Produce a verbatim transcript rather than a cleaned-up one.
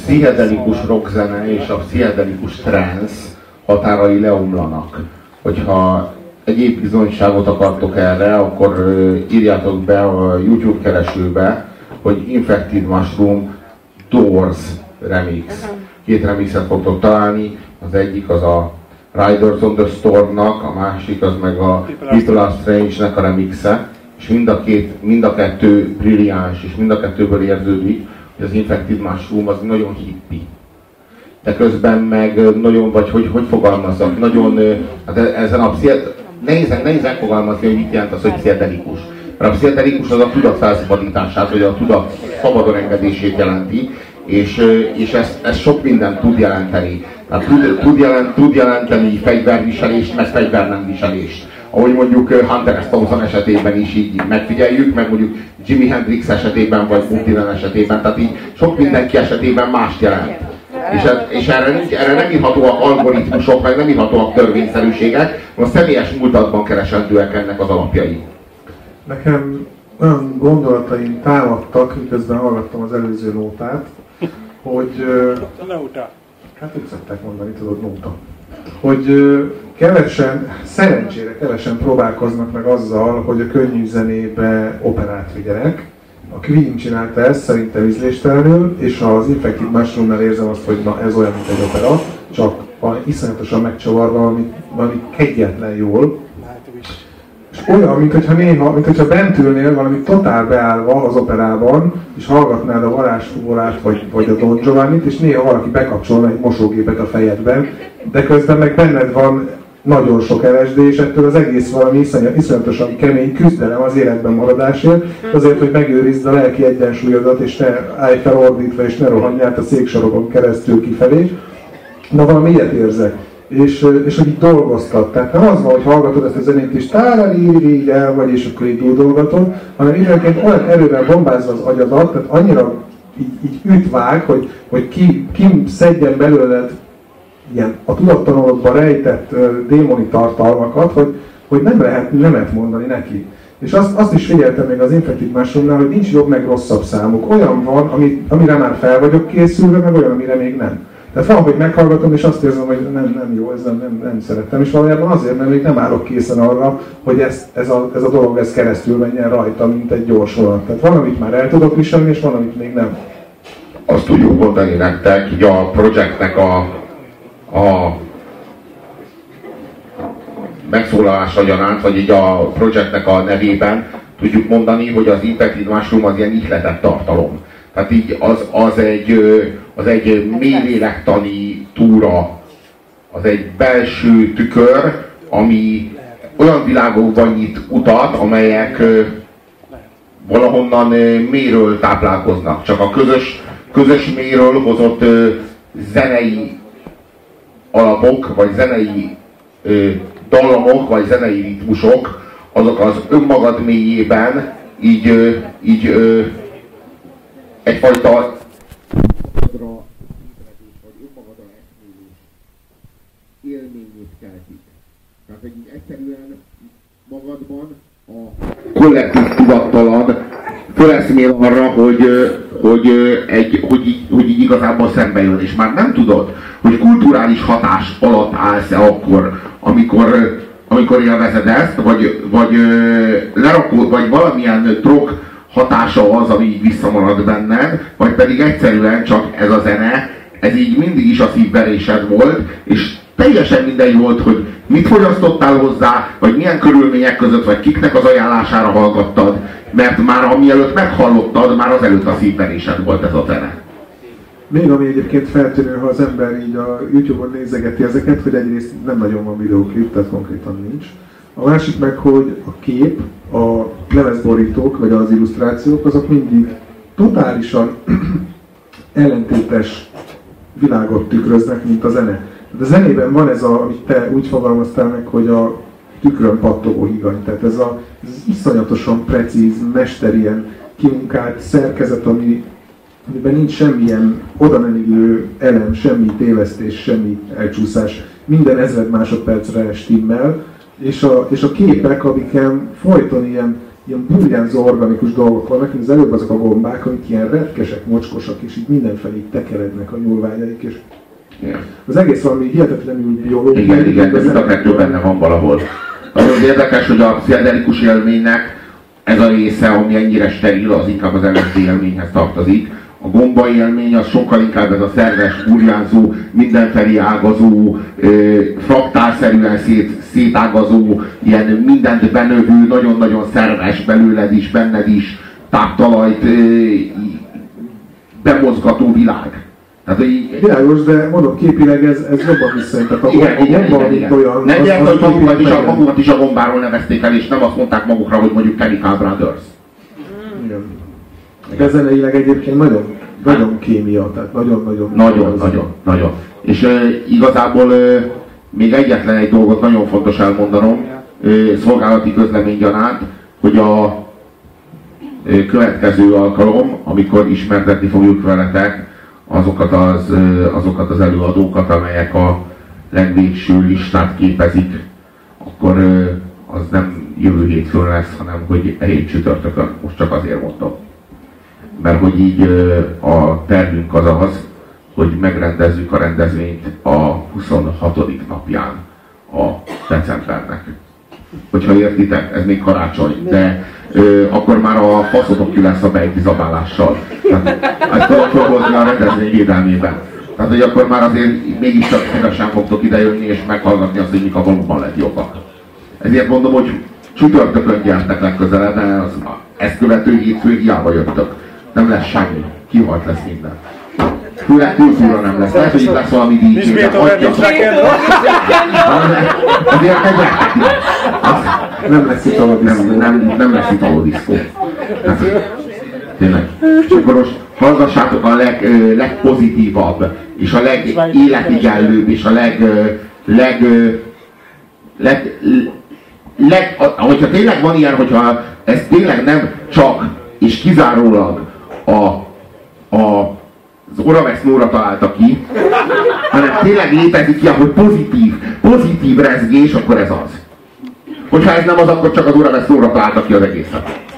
pszichedelikus rockzene és a pszichedelikus trance határai leomlanak. Hogyha egyéb bizonyságot akartok erre, akkor írjátok be a YouTube keresőbe, hogy Infected Mushroom Doors remix. Két remixet fogtok találni, az egyik az a Riders on the Storm-nak, a másik az meg a People Are Strange-nek a remixe, és mind a, két, mind a kettő brilliáns, és mind a kettőből érződik, hogy az Infected Mushroom az nagyon hippi. De közben meg nagyon, vagy hogy, hogy fogalmazzak, nagyon, hát ezen a pszichedelikus, nehéz, nehéz megfogalmazni, hogy mit jelent az, hogy pszichedelikus. Mert a pszichedelikus az a tudat felszabadítását, vagy a tudat szabadon engedését jelenti, és, és ez, ez sok mindent tud jelenteni. Tehát tud, tud, jelent, tud jelenteni fegyverviselést, meg fegyver nem viselést. Ahogy mondjuk Hunter S. Thompson esetében is így megfigyeljük, meg mondjuk Jimi Hendrix esetében, vagy Bob Dylan esetében, tehát így sok mindenki esetében mást jelent. És, és erre, nincs, erre nem írhatóak algoritmusok, meg nem írhatóak törvényszerűségek, a személyes múltadban keresendőek ennek az alapjai. Nekem olyan gondolataim támadtak, miközben hallgattam az előző nótát, hogy... Hát úgy szokták mondani, tudod, nóta. Hogy kevesen, szerencsére kevesen próbálkoznak meg azzal, hogy a könnyű zenébe operát vigyenek. A Queen csinálta ezt, szerintem ízléstelenül, és az Infected Mushroomnál érzem azt, hogy na, ez olyan, mint egy opera, csak iszonyatosan megcsavarva, valami, valami kegyetlen jól. És olyan, mintha néha, mintha bent ülnél valami totál beállva az operában, és hallgatnád a varázsfúvolát, vagy, vagy a Don Giovannit, és néha valaki bekapcsolna egy mosógépet a fejedben, de közben meg benned van nagyon sok el es dé, és ettől az egész valami iszonyat, iszonyatosan kemény küzdelem az életben maradásért, azért, hogy megőrizd a lelki egyensúlyodat, és ne állj fel ordítva, és ne rohanj át a széksarokon keresztül kifelé. Na, valami ilyet érzek. És, és hogy így dolgoztat. Tehát nem az van, hogy hallgatod ezt a zenét, és táralíri, így el vagy, és akkor így dúdolgatod, hanem időnként olyan erővel bombázza az agyadat, tehát annyira így, így ütvág, hogy, hogy ki, ki szedjen belőled ilyen a tudattanolodban rejtett uh, démoni tartalmakat, hogy, hogy nem lehet nemet mondani neki. És azt, azt is figyeltem még az Infected Mushroomnál, hogy nincs jobb meg rosszabb számuk. Olyan van, ami, amire már fel vagyok készülve, meg olyan, amire még nem. Tehát van, hogy meghallgatom, és azt érzem, hogy nem, nem jó, ez nem, nem, nem szerettem. És valójában azért, mert még nem állok készen arra, hogy ez, ez, a, ez a dolog ez keresztül menjen rajta, mint egy gyors vonat. Tehát van, amit már el tudok viselni, és van, amit még nem. Azt tudjuk mondani nektek, így a projektnek a, a megszólalása gyanánt, vagy így a projektnek a nevében tudjuk mondani, hogy az Infected Mushroom az ilyen ihletett tartalom. Tehát így az, az, egy, az egy mélylélektani túra, az egy belső tükör, ami olyan világokban nyit utat, amelyek valahonnan mélyről táplálkoznak. Csak a közös, közös mélyről hozott zenei alapok, vagy zenei dallamok, vagy zenei ritmusok, azok az önmagad mélyében így, így egyfajta önmagadra ébredés, vagy önmagadra eszmélés élményét keltik. Tehát, hogy egyszerűen magadban a kollektív tudattalan föleszmél arra, hogy, hogy, egy, hogy, így, hogy így igazából szembe jön, és már nem tudod, hogy kulturális hatás alatt állsz-e akkor, amikor, amikor élvezed ezt, vagy, vagy lerakod, vagy valamilyen drog hatása az, ami így visszamarad benned, vagy pedig egyszerűen csak ez a zene, ez így mindig is a szívverésed volt, és teljesen mindegy volt, hogy mit fogyasztottál hozzá, vagy milyen körülmények között, vagy kiknek az ajánlására hallgattad, mert már amielőtt meghallottad, már az előtt a szívverésed volt ez a zene. Még ami egyébként feltűnő, ha az ember így a YouTube-on nézegeti ezeket, hogy egyrészt nem nagyon van videóklip, tehát konkrétan nincs. A másik meg, hogy a kép, a lemezborítók, vagy az illusztrációk, azok mindig totálisan ellentétes világot tükröznek, mint a zene. De a zenében van ez, a, amit te úgy fogalmaztál meg, hogy a tükrön pattogó higany. Tehát ez, a, ez az iszonyatosan precíz, mesterien kimunkált szerkezet, ami, amiben nincs semmilyen oda nem illő elem, semmi tévesztés, semmi elcsúszás. Minden ezred másodpercre stimmel. És a, és a képek, amiken folyton ilyen ilyen burjánzó organikus dolgok vannak, mint az előbb azok a gombák, amik ilyen retkesek, mocskosak, és így mindenfelé tekerednek a nyúlványaik, és igen. Az egész valami hihetetlenül biológiai. Igen, igen, de mind a kettő benne van valahol. Az érdekes, hogy a pszichedelikus élménynek ez a része, ami ennyire steril, az inkább az el es dé élményhez tartozik. A gomba élmény az sokkal inkább ez a szerves, burjánzó, mindenfelé ágazó, fraktálszerűen szét, szétágazó, ilyen mindent benövő, nagyon-nagyon szerves belőled is, benned is, táptalajt bemozgató világ. Tehát, hogy... Világos, de mondom, képileg ez, ez jobban visszajön. Tehát a igen, gomba, igen, gomba, igen, igen. olyan... Nem az, gyert, az hogy magukat is, a, magukat is a gombáról nevezték el, és nem azt mondták magukra, hogy mondjuk Chemical Brothers. Igen. De zeneileg egyébként nagyon, nagyon kémia, tehát nagyon-nagyon... Nagyon, nagyon, nagyon. És uh, igazából uh, még egyetlen egy dolgot nagyon fontos elmondanom, uh, szolgálati közlemény gyanánt, hogy a uh, következő alkalom, amikor ismertetni fogjuk veletek azokat az, uh, azokat az előadókat, amelyek a legvégső listát képezik, akkor uh, az nem jövő hétfőn lesz, hanem hogy e hét csütörtökön. Most csak azért mondtam. Mert hogy így uh, a tervünk az az, hogy megrendezzük a rendezvényt a huszonhatodik napján a decembernek. Hogyha értitek, ez még karácsony, de ö, akkor már a faszotok ki lesz a bejtizabálással. Ezt tudom fogolni a rendezvény védelmében. Tehát, hogy akkor már azért mégiscsak szívesen fogtok idejönni és meghallgatni azt, hogy mik a valóban legjobbak. Ezért mondom, hogy csütörtökön gyertek legközelebb, de az, ezt követő hétfőn hiába jöttök. Nem lesz semmi. Kihalt lesz minden. Főleg kultúra nem lesz. Lehet, hogy itt lesz valami dé jé, de hagyjatok. Azért nem lesz itt a nem, nem, nem lesz itt a diszkó. Tényleg. És akkor most hallgassátok a leg, legpozitívabb, és a legéletigenlőbb, és a leg, leg, leg, leg, hogyha tényleg van ilyen, hogyha ez tényleg nem csak és kizárólag a, a az Oravesz Nóra találta ki, hanem tényleg létezik ilyen, hogy pozitív, pozitív rezgés, akkor ez az. Hogyha ez nem az, akkor csak az Oravesz Nóra találta ki az egészet.